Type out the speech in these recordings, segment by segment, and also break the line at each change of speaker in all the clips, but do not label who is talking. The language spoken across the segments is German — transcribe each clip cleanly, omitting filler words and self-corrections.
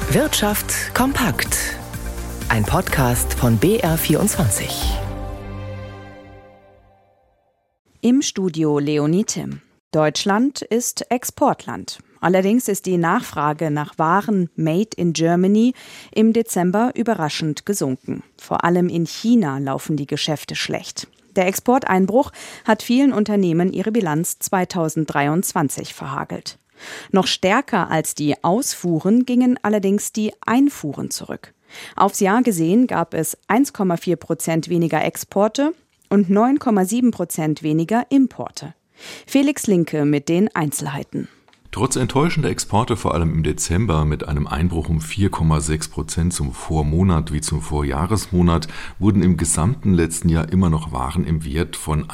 Wirtschaft kompakt. Ein Podcast von BR24.
Im Studio Leonie Timm. Deutschland ist Exportland. Allerdings ist die Nachfrage nach Waren made in Germany im Dezember überraschend gesunken. Vor allem in China laufen die Geschäfte schlecht. Der Exporteinbruch hat vielen Unternehmen ihre Bilanz 2023 verhagelt. Noch stärker als die Ausfuhren gingen allerdings die Einfuhren zurück. Aufs Jahr gesehen gab es 1,4% weniger Exporte und 9,7% weniger Importe. Felix Linke mit den Einzelheiten.
Trotz enttäuschender Exporte, vor allem im Dezember, mit einem Einbruch um 4,6% zum Vormonat wie zum Vorjahresmonat, wurden im gesamten letzten Jahr immer noch Waren im Wert von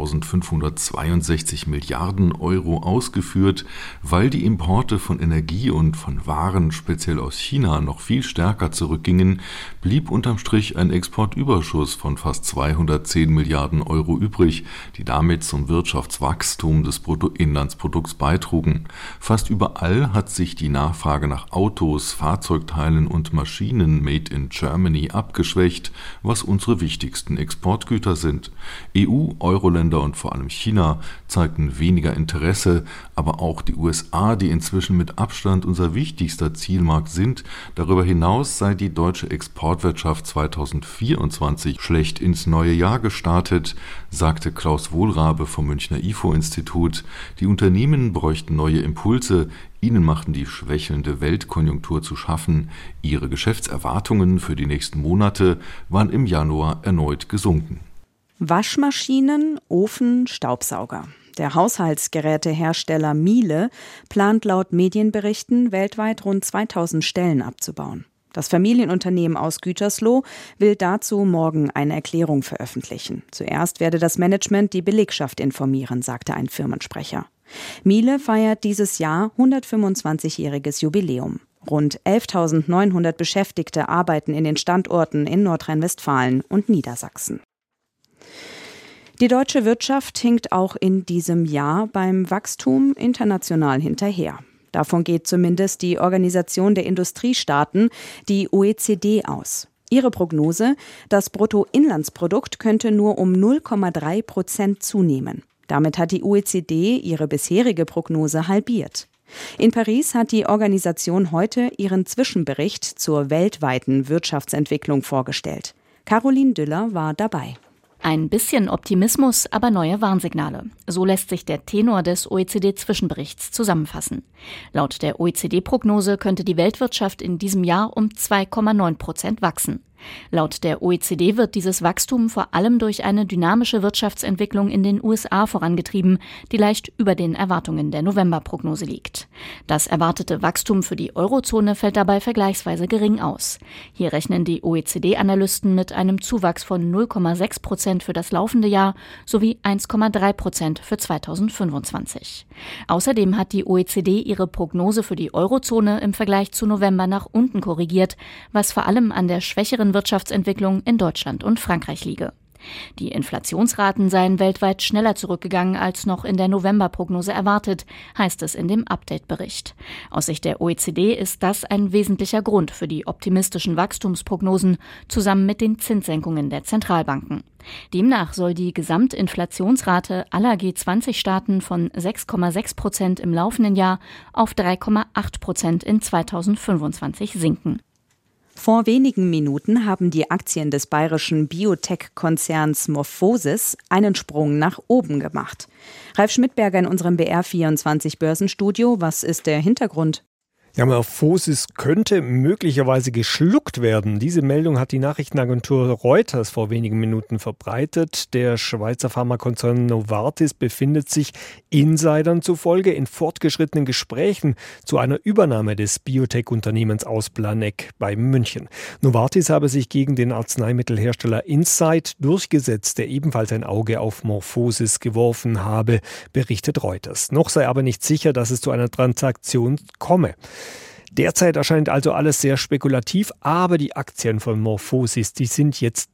1.562 Milliarden Euro ausgeführt. Weil die Importe von Energie und von Waren, speziell aus China, noch viel stärker zurückgingen, blieb unterm Strich ein Exportüberschuss von fast 210 Milliarden Euro übrig, die damit zum Wirtschaftswachstum des Bruttoinlandsprodukts beitrugen. Fast überall hat sich die Nachfrage nach Autos, Fahrzeugteilen und Maschinen made in Germany abgeschwächt, was unsere wichtigsten Exportgüter sind. EU, Euro-Länder und vor allem China zeigten weniger Interesse, aber auch die USA, die inzwischen mit Abstand unser wichtigster Zielmarkt sind. Darüber hinaus sei die deutsche Exportwirtschaft 2024 schlecht ins neue Jahr gestartet, sagte Klaus Wohlrabe vom Münchner IFO-Institut. Die Unternehmen bräuchten neue Impulse, ihnen machten die schwächelnde Weltkonjunktur zu schaffen. Ihre Geschäftserwartungen für die nächsten Monate waren im Januar erneut gesunken.
Waschmaschinen, Ofen, Staubsauger. Der Haushaltsgerätehersteller Miele plant laut Medienberichten weltweit rund 2000 Stellen abzubauen. Das Familienunternehmen aus Gütersloh will dazu morgen eine Erklärung veröffentlichen. Zuerst werde das Management die Belegschaft informieren, sagte ein Firmensprecher. Miele feiert dieses Jahr 125-jähriges Jubiläum. Rund 11.900 Beschäftigte arbeiten in den Standorten in Nordrhein-Westfalen und Niedersachsen. Die deutsche Wirtschaft hinkt auch in diesem Jahr beim Wachstum international hinterher. Davon geht zumindest die Organisation der Industriestaaten, die OECD, aus. Ihre Prognose: Das Bruttoinlandsprodukt könnte nur um 0,3% zunehmen. Damit hat die OECD ihre bisherige Prognose halbiert. In Paris hat die Organisation heute ihren Zwischenbericht zur weltweiten Wirtschaftsentwicklung vorgestellt. Caroline Düller war dabei.
Ein bisschen Optimismus, aber neue Warnsignale. So lässt sich der Tenor des OECD-Zwischenberichts zusammenfassen. Laut der OECD-Prognose könnte die Weltwirtschaft in diesem Jahr um 2,9% wachsen. Laut der OECD wird dieses Wachstum vor allem durch eine dynamische Wirtschaftsentwicklung in den USA vorangetrieben, die leicht über den Erwartungen der Novemberprognose liegt. Das erwartete Wachstum für die Eurozone fällt dabei vergleichsweise gering aus. Hier rechnen die OECD-Analysten mit einem Zuwachs von 0,6% für das laufende Jahr sowie 1,3% für 2025. Außerdem hat die OECD ihre Prognose für die Eurozone im Vergleich zu November nach unten korrigiert, was vor allem an der schwächeren Wirtschaftsentwicklung in Deutschland und Frankreich liege. Die Inflationsraten seien weltweit schneller zurückgegangen als noch in der Novemberprognose erwartet, heißt es in dem Update-Bericht. Aus Sicht der OECD ist das ein wesentlicher Grund für die optimistischen Wachstumsprognosen, zusammen mit den Zinssenkungen der Zentralbanken. Demnach soll die Gesamtinflationsrate aller G20-Staaten von 6,6% im laufenden Jahr auf 3,8% in 2025 sinken.
Vor wenigen Minuten haben die Aktien des bayerischen Biotech-Konzerns MorphoSys einen Sprung nach oben gemacht. Ralf Schmidberger in unserem BR24 Börsenstudio. Was ist der Hintergrund?
Ja, MorphoSys könnte möglicherweise geschluckt werden. Diese Meldung hat die Nachrichtenagentur Reuters vor wenigen Minuten verbreitet. Der Schweizer Pharmakonzern Novartis befindet sich Insidern zufolge in fortgeschrittenen Gesprächen zu einer Übernahme des Biotech-Unternehmens aus Planegg bei München. Novartis habe sich gegen den Arzneimittelhersteller Incyte durchgesetzt, der ebenfalls ein Auge auf MorphoSys geworfen habe, berichtet Reuters. Noch sei aber nicht sicher, dass es zu einer Transaktion komme. Derzeit erscheint also alles sehr spekulativ, aber die Aktien von MorphoSys, die sind jetzt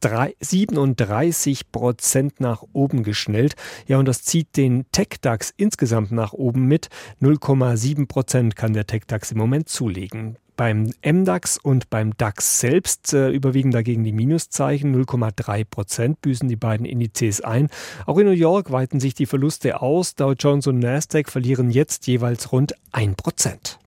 37% nach oben geschnellt. Ja, und das zieht den Tech-DAX insgesamt nach oben mit. 0,7% kann der Tech-DAX im Moment zulegen. Beim MDAX und beim DAX selbst überwiegen dagegen die Minuszeichen. 0,3% büßen die beiden Indizes ein. Auch in New York weiten sich die Verluste aus. Dow Jones und Nasdaq verlieren jetzt jeweils rund 1%.